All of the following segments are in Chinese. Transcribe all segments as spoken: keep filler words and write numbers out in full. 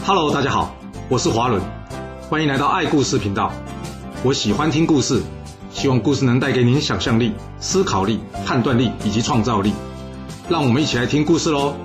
Hello， 大家好，我是华伦，欢迎来到爱故事频道。我喜欢听故事，希望故事能带给您想象力、思考力、判断力以及创造力。让我们一起来听故事喽。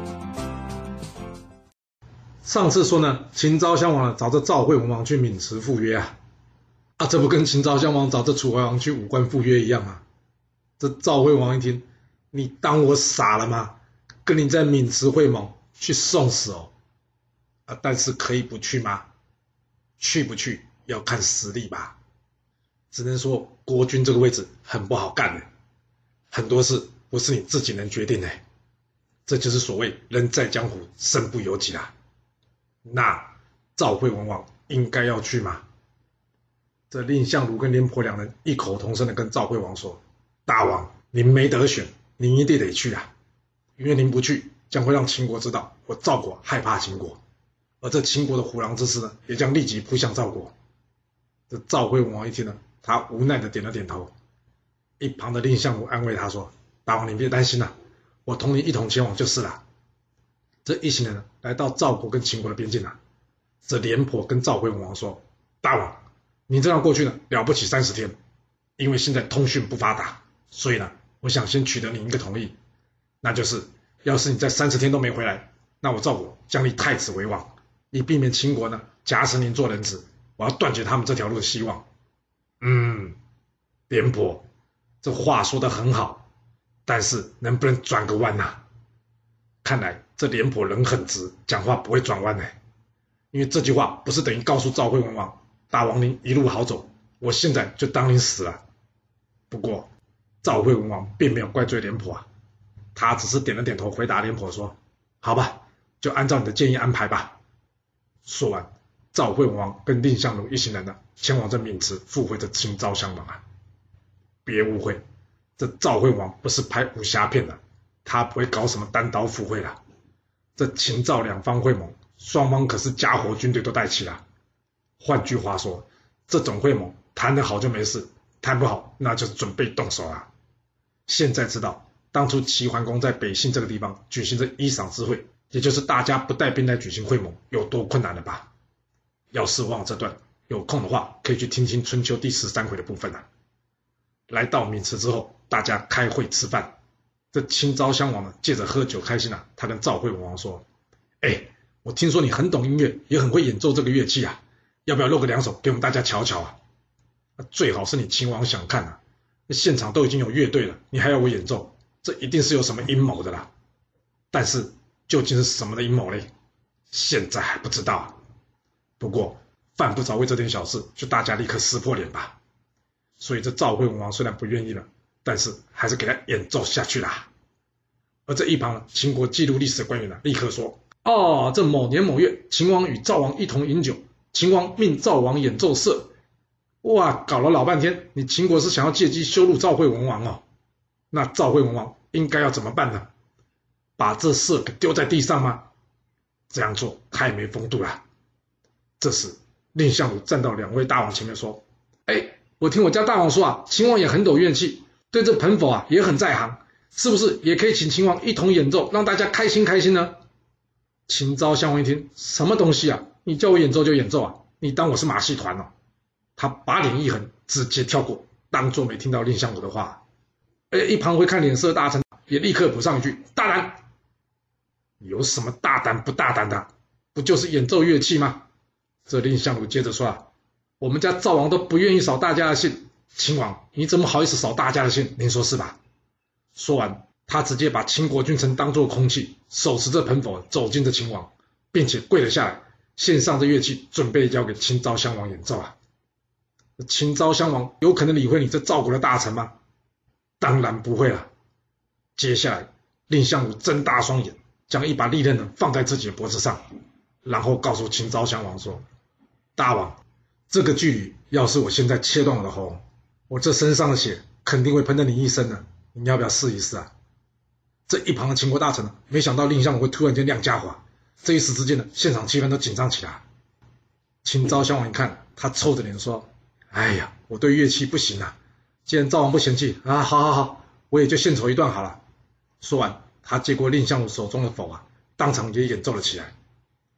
上次说呢，秦昭襄王找着赵惠文王去渑池赴约啊，啊，这不跟秦昭襄王找着楚怀王去武关赴约一样啊？这赵惠王一听，你当我傻了吗？跟你在渑池会盟去送死哦！啊，但是可以不去吗？去不去要看实力吧。只能说国君这个位置很不好干的，很多事不是你自己能决定的。这就是所谓人在江湖身不由己啦。那赵惠文王应该要去吗？这蔺相如跟廉颇两人异口同声的跟赵惠王说：大王，您没得选，您一定得去啊，因为您不去将会让秦国知道我赵国害怕秦国，而这秦国的虎狼之师呢，也将立即扑向赵国。这赵惠文王一听呢，他无奈的点了点头。一旁的蔺相如安慰他说：大王您别担心啦、啊，我同你一同前往就是了。这一行人呢，来到赵国跟秦国的边境啊。这廉颇跟赵惠文王说：大王，你这样过去呢，了不起三十天，因为现在通讯不发达，所以呢，我想先取得你一个同意，那就是要是你在三十天都没回来，那我赵国将立太子为王，以避免秦国呢挟持您做人质，我要断绝他们这条路的希望。嗯，廉颇，这话说得很好，但是能不能转个弯啊？看来这廉颇人很直，讲话不会转弯呢。因为这句话不是等于告诉赵惠文王，大王您一路好走，我现在就当您死了。不过赵惠文王并没有怪罪廉颇啊，他只是点了点头回答廉颇说：好吧，就按照你的建议安排吧。说完，赵惠文王跟蔺相如一行人呢，前往这渑池赴会这秦昭襄王啊。别误会，这赵惠王不是拍武侠片的，他不会搞什么单刀赴会啦。这秦赵两方会盟，双方可是家伙军队都带齐了。换句话说，这种会盟谈得好就没事，谈不好那就是准备动手啊。现在知道当初齐桓公在北信这个地方举行这一赏之会，也就是大家不带兵来举行会盟，有多困难了吧？要是忘了这段，有空的话可以去听听春秋第十三回的部分啊。来到渑池之后，大家开会吃饭。这秦昭襄王呢，借着喝酒开心啊，他跟赵惠文王说：哎，我听说你很懂音乐，也很会演奏这个乐器啊，要不要露个两手给我们大家瞧瞧啊？最好是你秦王想看啊，现场都已经有乐队了，你还要我演奏，这一定是有什么阴谋的啦。但是究竟是什么的阴谋嘞？现在还不知道啊。不过犯不着为这点小事就大家立刻撕破脸吧。所以这赵惠文王虽然不愿意了，但是还是给他演奏下去啦。而这一旁秦国记录历史的官员呢，立刻说：哦，这某年某月，秦王与赵王一同饮酒，秦王命赵王演奏瑟。哇，搞了老半天，你秦国是想要借机羞辱赵惠文王哦？那赵惠文王应该要怎么办呢？把这瑟给丢在地上吗？这样做太没风度了。这时蔺相如站到两位大王前面说：哎，我听我家大王说啊，秦王也很懂乐器，对这盆否啊也很在行，是不是也可以请秦王一同演奏，让大家开心开心呢？秦昭襄王一听，什么东西啊？你叫我演奏就演奏啊？你当我是马戏团哦？他把脸一横，直接跳过，当作没听到蔺相如的话。而一旁会看脸色的大臣也立刻补上一句：大胆！有什么大胆不大胆的？不就是演奏乐器吗？这蔺相如接着说啊：我们家赵王都不愿意扫大家的兴，秦王你怎么好意思扫大家的兴？您说是吧？说完，他直接把秦国君臣当作空气，手持着盆否走进这秦王，并且跪了下来，献上这乐器，准备交给秦昭襄王演奏啊。秦昭襄王有可能理会你这赵国的大臣吗？当然不会了。接下来，蔺相如睁大双眼，将一把利刃呢放在自己的脖子上，然后告诉秦昭襄王说：大王，这个距离要是我现在切断我的喉咙，我这身上的血肯定会喷得你一身的，你要不要试一试啊？这一旁的秦国大臣呢，没想到蔺相如会突然间亮家伙，这一时之间呢，现场气氛都紧张起来。秦昭襄王一看，他臭着脸说：哎呀，我对乐器不行啊，既然赵王不嫌弃啊，好好好，我也就献丑一段好了。说完，他接过蔺相如手中的否啊，当场也演奏了起来。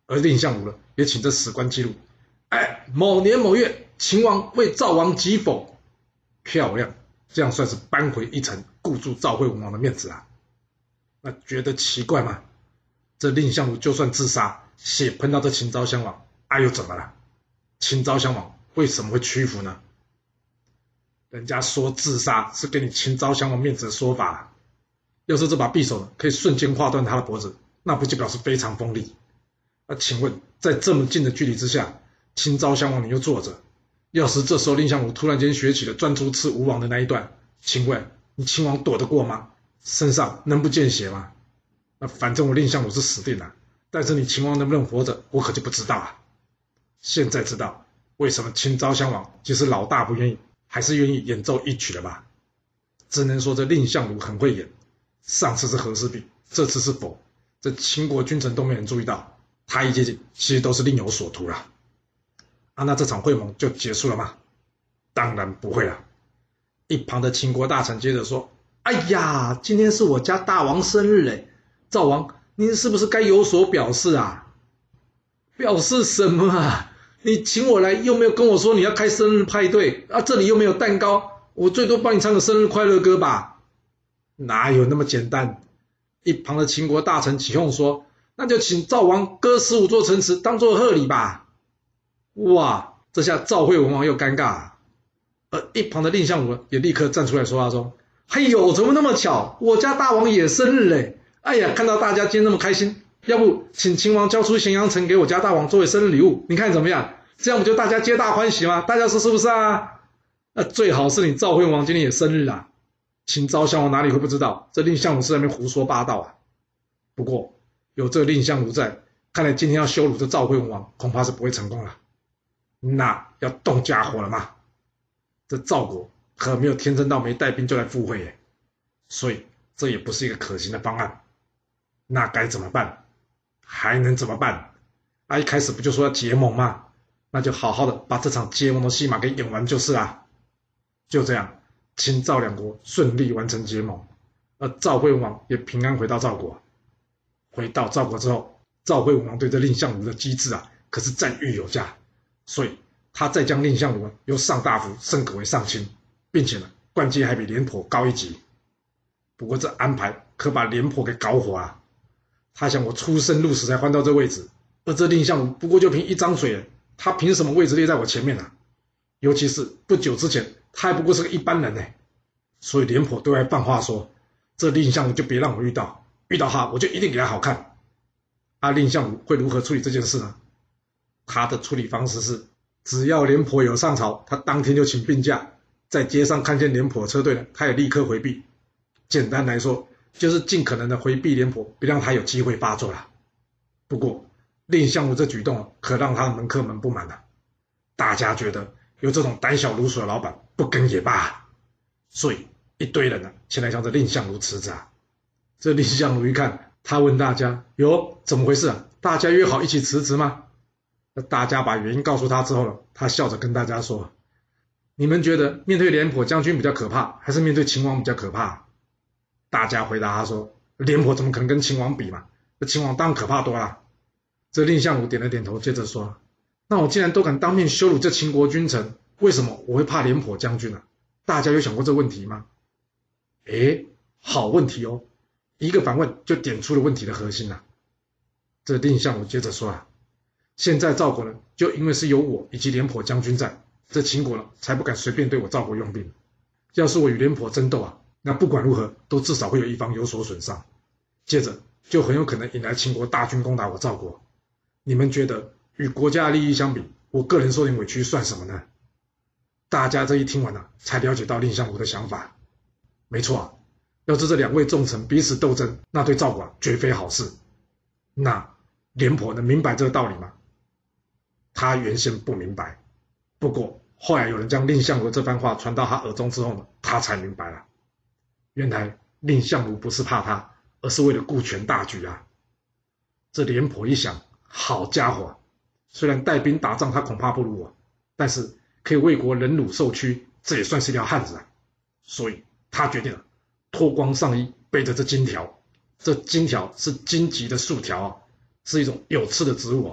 而蔺相如呢，也请这史官记录，哎，某年某月，秦王为赵王击否，漂亮，这样算是扳回一城，顾住赵惠文王的面子啊。那觉得奇怪吗？这蔺相如就算自杀，血喷到这秦昭襄王，啊又怎么了？秦昭襄王为什么会屈服呢？人家说自杀是给你秦昭襄王面子的说法啊，要是这把匕首呢可以瞬间划断他的脖子，那不就表示非常锋利？那请问，在这么近的距离之下，秦昭襄王你又坐着，要是这时候蔺相如突然间学起了专诸刺吴王的那一段，请问你秦王躲得过吗？身上能不见血吗？那反正我蔺相如是死定了，但是你秦王能不能活着，我可就不知道啊。现在知道为什么秦昭襄王即使老大不愿意，还是愿意演奏一曲了吧？只能说这蔺相如很会演，上次是和氏璧，这次是否，这秦国君臣都没人注意到，他一接近，其实都是另有所图了。啊，那这场会盟就结束了吗？当然不会了。一旁的秦国大臣接着说：“哎呀，今天是我家大王生日嘞，赵王，您是不是该有所表示啊？”表示什么啊？你请我来又没有跟我说你要开生日派对啊，这里又没有蛋糕，我最多帮你唱个生日快乐歌吧？哪有那么简单？一旁的秦国大臣起哄说：“那就请赵王割十五座城池当做贺礼吧。”哇，这下赵惠文王又尴尬了。而一旁的蔺相如也立刻站出来说话说：“哎呦，怎么那么巧，我家大王也生日嘞！哎呀，看到大家今天那么开心，要不请秦王交出咸阳城给我家大王作为生日礼物，你看怎么样？这样不就大家皆大欢喜吗？大家说是不是啊？那最好是你赵惠文王今天也生日啊！秦昭襄王哪里会不知道，这蔺相如是在那边胡说八道啊！不过有这蔺相如在，看来今天要羞辱这赵惠文王，恐怕是不会成功了。那要动家伙了吗？这赵国可没有天真到没带兵就来赴会耶，所以这也不是一个可行的方案。那该怎么办？还能怎么办？啊，一开始不就说要结盟吗？那就好好的把这场结盟的戏码给演完就是啦。就这样，秦赵两国顺利完成结盟，而赵惠文王也平安回到赵国。回到赵国之后，赵惠文王对这蔺相如的机智啊，可是赞誉有加，所以他再将蔺相如由上大夫升格为上卿，并且呢，官阶还比廉颇高一级。不过这安排可把廉颇给搞火了。他想我出生入死才换到这位置，而这蔺相如不过就凭一张嘴，他凭什么位置列在我前面啊？尤其是不久之前，他还不过是个一般人呢。所以廉颇对外放话说，这蔺相如就别让我遇到，遇到他我就一定给他好看。啊，蔺相如会如何处理这件事呢？他的处理方式是，只要廉颇有上朝，他当天就请病假，在街上看见廉颇车队了，他也立刻回避。简单来说，就是尽可能的回避廉颇，别让他有机会发作了。不过蔺相如这举动可让他的门客们不满了，大家觉得有这种胆小如鼠的老板不跟也罢，所以一堆人呢前来向这蔺相如辞职啊。这蔺相如一看，他问大家：“哟，怎么回事啊？大家约好一起辞职吗？”那大家把原因告诉他之后呢，他笑着跟大家说：“你们觉得面对廉颇将军比较可怕，还是面对秦王比较可怕？”大家回答他说：“廉颇怎么可能跟秦王比嘛？那秦王当然可怕多了。”这蔺相如点了点头，接着说：“那我既然都敢当面羞辱这秦国君臣，为什么我会怕廉颇将军呢？大家有想过这问题吗？”诶，好问题哦，一个反问就点出了问题的核心啊。这蔺相如接着说啊，现在赵国呢，就因为是有我以及廉颇将军在，这秦国呢才不敢随便对我赵国用兵。要是我与廉颇争斗啊，那不管如何都至少会有一方有所损伤，接着就很有可能引来秦国大军攻打我赵国。你们觉得与国家的利益相比，我个人受点委屈算什么呢？大家这一听完了、啊，才了解到蔺相如的想法。没错啊，要是这两位重臣彼此斗争，那对赵国、啊、绝非好事。那廉颇能明白这个道理吗？他原先不明白，不过后来有人将蔺相如这番话传到他耳中之后呢，他才明白了。原来蔺相如不是怕他，而是为了顾全大局啊。这廉颇一想，好家伙，虽然带兵打仗他恐怕不如我，但是可以为国忍辱受屈，这也算是一条汉子啊。所以他决定了脱光上衣，背着这金条。这金条是荆棘的树条啊，是一种有刺的植物哦，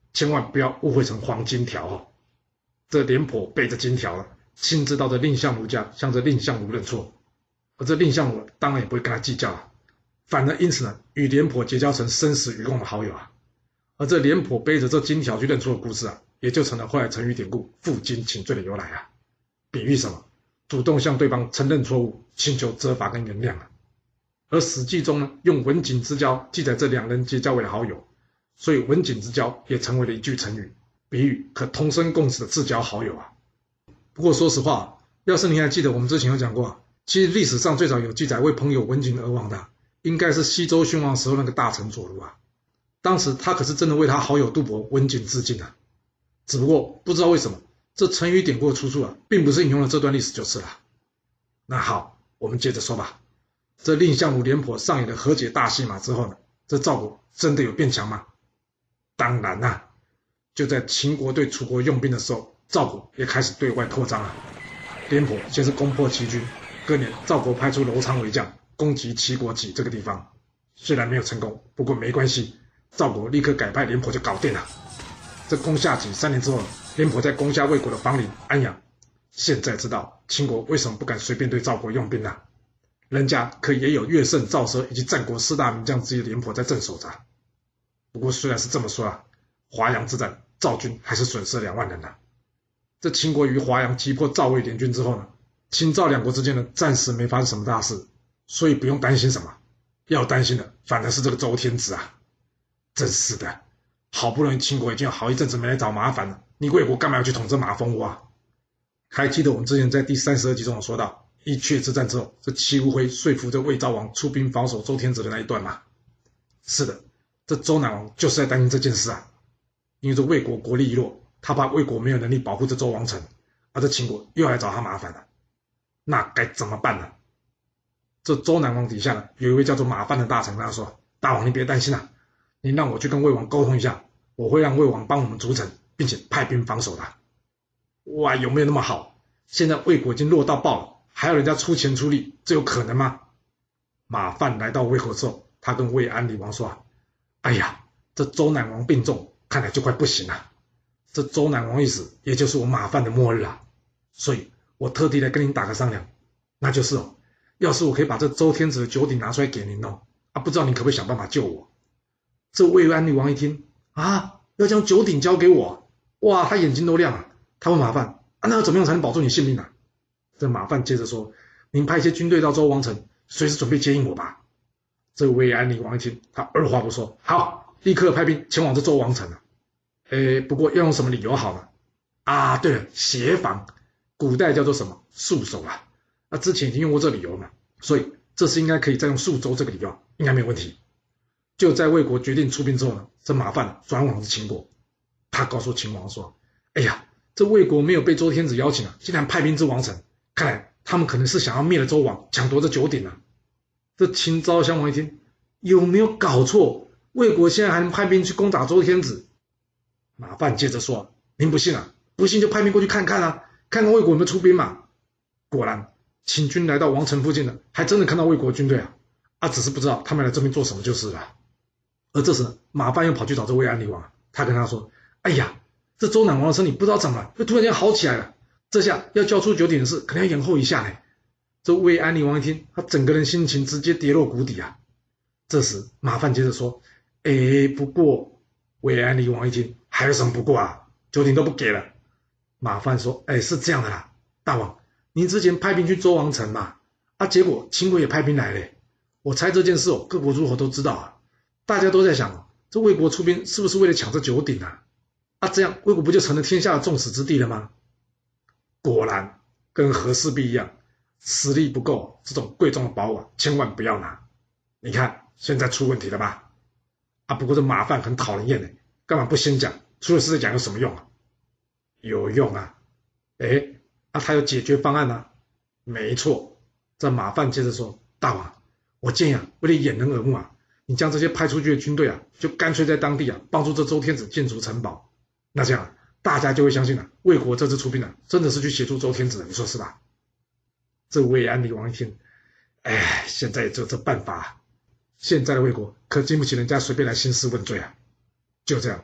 千万不要误会成黄金条哦。这廉颇背着金条了，亲自到这蔺相如家向这蔺相如认错，而这蔺相如当然也不会跟他计较啊，反而因此呢与廉颇结交成生死与共的好友啊。而这廉颇背着这金条去认错的故事啊，也就成了后来成语典故负荆请罪的由来啊。比喻什么？主动向对方承认错误，请求责罚跟原谅啊。而《史记》中呢，用文景之交记载这两人结交为好友，所以文景之交也成为了一句成语，比喻可同生共死的至交好友啊。不过说实话，要是你还记得我们之前有讲过啊，其实历史上最早有记载为朋友文景而亡的，应该是西周宣王时候那个大臣左如啊。当时他可是真的为他好友杜伯文景致敬啊。只不过不知道为什么，这成语典故的出处啊，并不是引用了这段历史就是了。那好，我们接着说吧。这蔺相如廉颇上演了和解大戏码之后呢，这赵国真的有变强吗？当然啦、啊，就在秦国对楚国用兵的时候，赵国也开始对外扩张了。廉颇先是攻破齐军，隔年赵国派出楼仓为将攻击齐国济这个地方，虽然没有成功，不过没关系，赵国立刻改派廉颇就搞定了。这攻下济三年之后，廉颇在攻下魏国的房陵、安阳。现在知道秦国为什么不敢随便对赵国用兵了、啊，人家可也有乐胜、赵奢以及战国四大名将之一的廉颇在镇守着。不过虽然是这么说啊，华阳之战赵军还是损失了两万人啊。这秦国于华阳击破赵魏联军之后呢，秦赵两国之间呢暂时没发生什么大事，所以不用担心什么，要担心的反而是这个周天子啊。真是的，好不容易秦国已经有好一阵子没来找麻烦了，你魏国干嘛要去捅这马蜂窝啊？还记得我们之前在第三十二集中有说到，伊阙之战之后，这戚无辉说服这魏昭王出兵防守周天子的那一段嘛？是的，这周赧王就是在担心这件事啊，因为这魏国国力弱，他怕魏国没有能力保护这周王城，而这秦国又要来找他麻烦了，那该怎么办呢？这周赧王底下呢，有一位叫做马范的大臣跟他说：“大王你别担心啊，你让我去跟魏王沟通一下，我会让魏王帮我们筑城，并且派兵防守的。”哇，有没有那么好？现在魏国已经弱到爆了，还要人家出钱出力，这有可能吗？马范来到魏国之后，他跟魏安厉王说啊：“哎呀，这周赧王病重，看来就快不行了。这周赧王一死，也就是我马范的末日啊！所以我特地来跟您打个商量，那就是哦，要是我可以把这周天子的九鼎拿出来给您哦，啊，不知道您可不可以想办法救我？”这魏安厉王一听啊，要将九鼎交给我，哇，他眼睛都亮了。他问马范啊，那要怎么样才能保住你性命啊？这马范接着说：“您派一些军队到周王城，随时准备接应我吧。”这魏安厉王一听，他二话不说，好，立刻派兵前往这周王城了。诶，不过要用什么理由好呢？啊，对了，协防，古代叫做什么？戍守啊。那之前已经用过这理由嘛，所以这次应该可以再用宿州这个理由，应该没有问题。就在魏国决定出兵之后呢，这马范转往秦国，他告诉秦王说：“哎呀，这魏国没有被周天子邀请啊，竟然派兵至王城，看来他们可能是想要灭了周王，抢夺这九鼎啊。”这秦昭襄王一听，有没有搞错？魏国现在还能派兵去攻打周天子？马范接着说：“您不信啊？不信就派兵过去看看啊，看看魏国有没有出兵嘛。”果然，秦军来到王城附近了，还真的看到魏国军队啊，啊，只是不知道他们来这边做什么就是了。而这时，马范又跑去找这魏安厉王，他跟他说：“哎呀，这周赧王的身体不知道怎么了，就突然间好起来了，这下要交出九鼎的事，可能要延后一下呢。”这魏安厉王一听，他整个人心情直接跌落谷底啊。这时，马范接着说：“哎，不过……”魏安厉王一听，还有什么不过啊？九鼎都不给了。马范说：“哎，是这样的啦，大王，您之前派兵去周王城嘛，啊，结果秦国也派兵来了。我猜这件事哦，各国诸侯都知道啊，大家都在想哦，这魏国出兵是不是为了抢这九鼎啊？啊，这样魏国不就成了天下的众矢之的了吗？”果然，跟和氏璧一样，实力不够，这种贵重的宝物啊，千万不要拿。你看，现在出问题了吧？啊，不过这马范很讨人厌呢，干嘛不先讲？出了事再讲有什么用啊？有用啊！哎，啊，他有解决方案啊。没错，这马范接着说：“大王，我建议啊，为了掩人耳目啊，你将这些派出去的军队啊，就干脆在当地啊，帮助这周天子建筑城堡。那这样啊，大家就会相信啊，魏国这次出兵啊，真的是去协助周天子的，你说是吧？”这魏安厉王一听，哎，现在也只有这办法啊。现在的魏国可经不起人家随便来兴师问罪啊！就这样，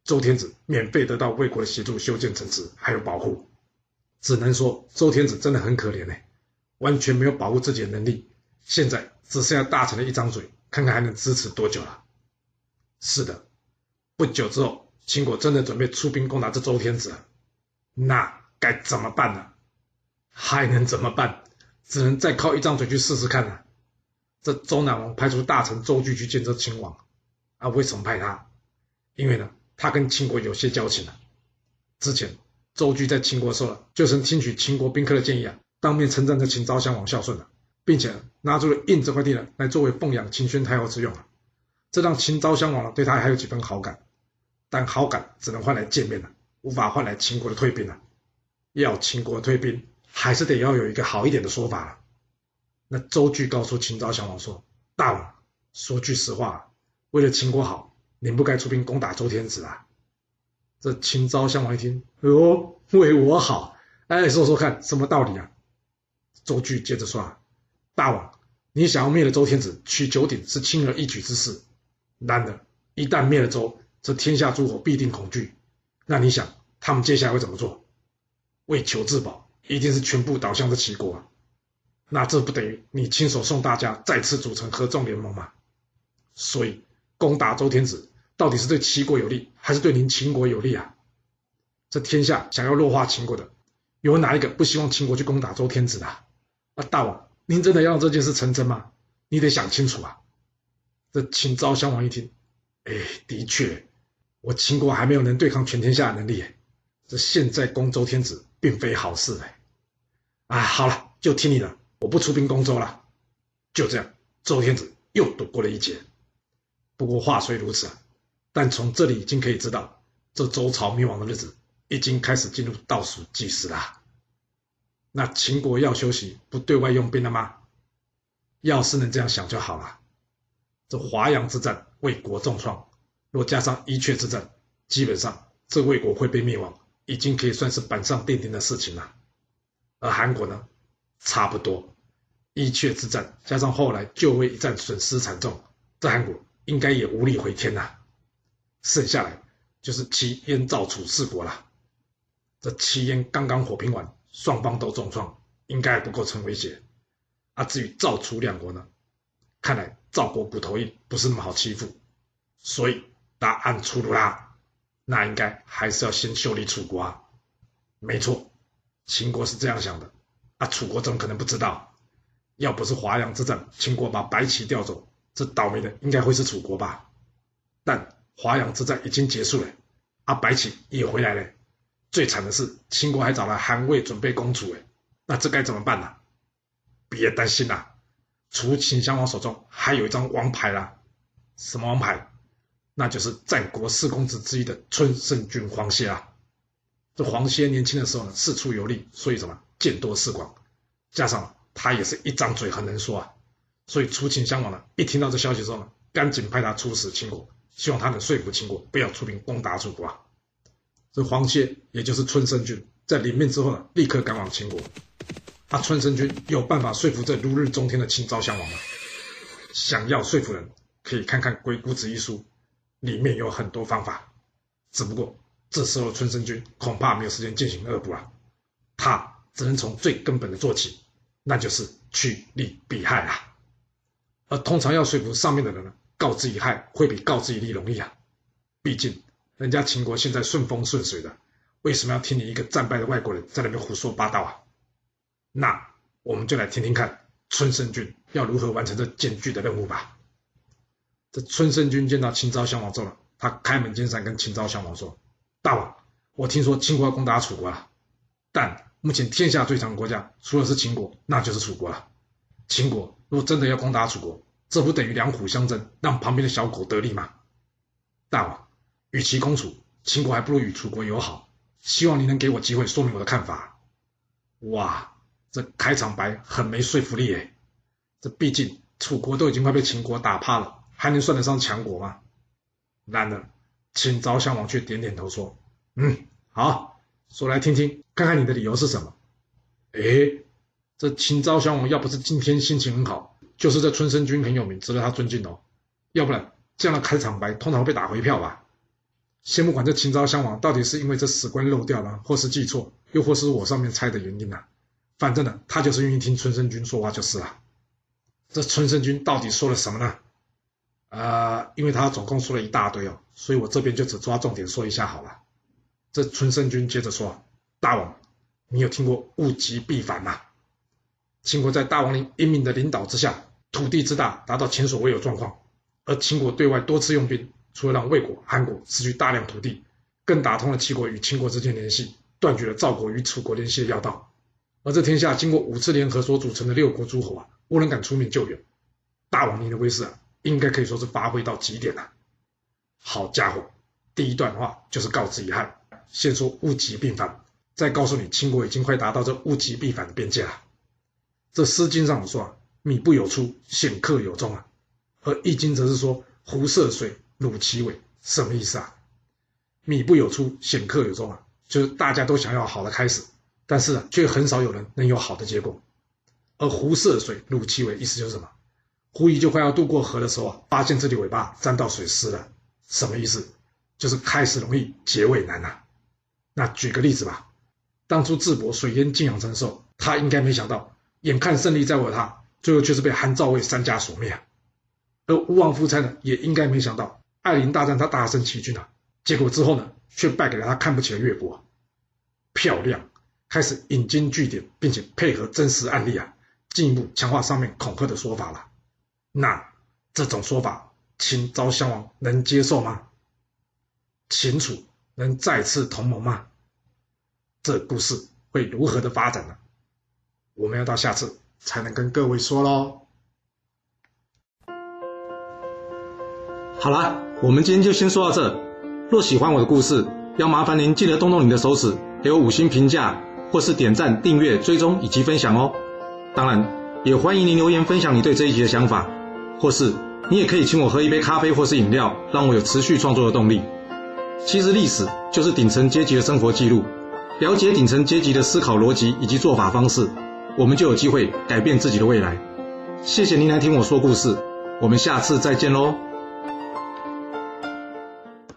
周天子免费得到魏国的协助修建城池还有保护。只能说周天子真的很可怜呢，完全没有保护自己的能力，现在只剩下大臣的一张嘴，看看还能支持多久了。是的，不久之后，秦国真的准备出兵攻打这周天子了，那该怎么办呢？还能怎么办？只能再靠一张嘴去试试看了。这周赧王派出大臣周据去见这秦王啊，为什么派他？因为呢，他跟秦国有些交情啊。之前周据在秦国的时候，就曾听取秦国宾客的建议啊，当面称赞这秦昭襄王孝顺了，并且拿出了印这块地呢来作为奉养秦宣太后之用啊。这让秦昭襄王对他还有几分好感，但好感只能换来见面了，无法换来秦国的退兵了。要秦国退兵，还是得要有一个好一点的说法了。那周据告诉秦昭襄王说：“大王，说句实话，为了秦国好，您不该出兵攻打周天子啊。”这秦昭襄王一听，哦，为我好，哎，说说看，什么道理啊？周据接着说啊：“大王，你想要灭了周天子，取九鼎是轻而易举之事。然而，一旦灭了周，这天下诸侯必定恐惧。那你想，他们接下来会怎么做？为求自保，一定是全部倒向这齐国啊。那这不等于你亲手送大家再次组成合纵联盟吗？所以，攻打周天子，到底是对齐国有利，还是对您秦国有利啊？这天下想要弱化秦国的，有哪一个不希望秦国去攻打周天子的啊？啊，大王，您真的要让这件事成真吗？你得想清楚啊。”这秦昭襄王一听，哎，的确，我秦国还没有能对抗全天下的能力，这现在攻周天子并非好事哎。啊，好了，就听你的，我不出兵攻周了。就这样，周天子又躲过了一劫。不过话虽如此啊，但从这里已经可以知道，这周朝灭亡的日子已经开始进入倒数计时啦。那秦国要休息，不对外用兵了吗？要是能这样想就好了。这华阳之战魏国重创，若加上伊阙之战，基本上这魏国会被灭亡，已经可以算是板上钉钉的事情了。而韩国呢，差不多，伊阙之战加上后来就魏一战损失惨重，这韩国应该也无力回天了。剩下来就是齐燕赵楚四国了。这齐燕刚刚火拼完，双方都重创，应该不构成威胁。啊，至于赵楚两国呢，看来赵国骨头硬，不是那么好欺负，所以答案出炉啦，那应该还是要先修理楚国啊。没错，秦国是这样想的，啊，楚国怎么可能不知道？要不是华阳之战，秦国把白起调走，这倒霉的应该会是楚国吧？但华阳之战已经结束了，啊，白起也回来了，最惨的是秦国还找来韩魏准备攻楚，哎，那这该怎么办呢？别担心啦，楚顷襄王手中还有一张王牌啦。什么王牌？那就是战国四公子之一的春申君黄歇啊。这黄歇年轻的时候呢，四处游历，所以什么见多识广，加上他也是一张嘴很能说啊，所以楚顷襄王呢，一听到这消息之后呢，赶紧派他出使秦国，希望他能说服秦国不要出兵攻打楚国啊。这黄歇也就是春申君，在领命之后呢，立刻赶往秦国。他春申君有办法说服这如日中天的秦昭襄王吗？想要说服人，可以看看《鬼谷子》一书，里面有很多方法。只不过这时候春申君恐怕没有时间进行恶补了，他只能从最根本的做起，那就是趋利避害啊。而通常要说服上面的人呢，告之以害会比告之以利容易啊。毕竟人家秦国现在顺风顺水的，为什么要听你一个战败的外国人在那边胡说八道啊？那我们就来听听看春申君要如何完成这艰巨的任务吧。这春申君见到秦昭襄王之后呢，他开门见山跟秦昭襄王说：“大王，我听说秦国要攻打楚国了，但目前天下最强的国家除了是秦国，那就是楚国了。秦国若真的要攻打楚国，这不等于两虎相争，让旁边的小狗得利吗？大王，与其攻楚，秦国还不如与楚国友好，希望你能给我机会说明我的看法。”哇，这开场白很没说服力耶，这毕竟楚国都已经快被秦国打趴了，还能算得上强国吗？然而秦昭襄王却点点头说：“嗯，好，说来听听，看看你的理由是什么。”诶，这秦昭襄王要不是今天心情很好，就是这春申君很有名，值得他尊敬哦，要不然这样的开场白通常会被打回票吧。 先不管这秦昭襄王到底是因为这史官漏掉了，或是记错，又或是我上面猜的原因啊，反正呢，他就是愿意听春申君说话就是了。这春申君到底说了什么呢？呃，因为他总共说了一大堆哦，所以我这边就只抓重点说一下好了。这春申君接着说，大王，你有听过物极必反吗？秦国在大王您英明的领导之下，土地之大达到前所未有状况，而秦国对外多次用兵，除了让魏国、韩国失去大量土地，更打通了齐国与秦国之间联系，断绝了赵国与楚国联系的要道。而这天下经过五次联合所组成的六国诸侯啊，无人敢出面救援。大王您的威势啊，应该可以说是发挥到极点了。好家伙，第一段话就是告知遗憾，先说物极必反，再告诉你秦国已经快达到这物极必反的边界了。这诗经上有说啊，米不有出，显克有终啊，而易经则是说胡涉水，鲁其尾，什么意思啊？米不有出，显克有终啊，就是大家都想要好的开始，但是啊，却很少有人能有好的结果。而胡涉水，鲁其尾，意思就是什么？狐狸就快要渡过河的时候啊，发现自己尾巴沾到水湿了，什么意思？就是开始容易，结尾难啊。那举个例子吧，当初智伯水淹晋阳城的时候，他应该没想到，眼看胜利在握的他，最后却是被韩赵魏三家所灭啊。而吴王夫差呢，也应该没想到，艾陵大战他大胜齐军啊，结果之后呢，却败给了他看不起的越国啊。漂亮，开始引经据典，并且配合真实案例啊，进一步强化上面恐吓的说法了。那这种说法，秦昭襄王能接受吗？秦楚能再次同盟吗？这故事会如何的发展呢？我们要到下次才能跟各位说咯。 好啦，我们今天就先说到这。若喜欢我的故事，要麻烦您记得动动你的手指，给我五星评价，或是点赞、订阅、追踪以及分享哦。当然，也欢迎您留言分享你对这一集的想法，或是你也可以请我喝一杯咖啡或是饮料，让我有持续创作的动力。其实历史就是顶层阶级的生活记录，了解顶层阶级的思考逻辑以及做法方式，我们就有机会改变自己的未来。谢谢您来听我说故事，我们下次再见咯。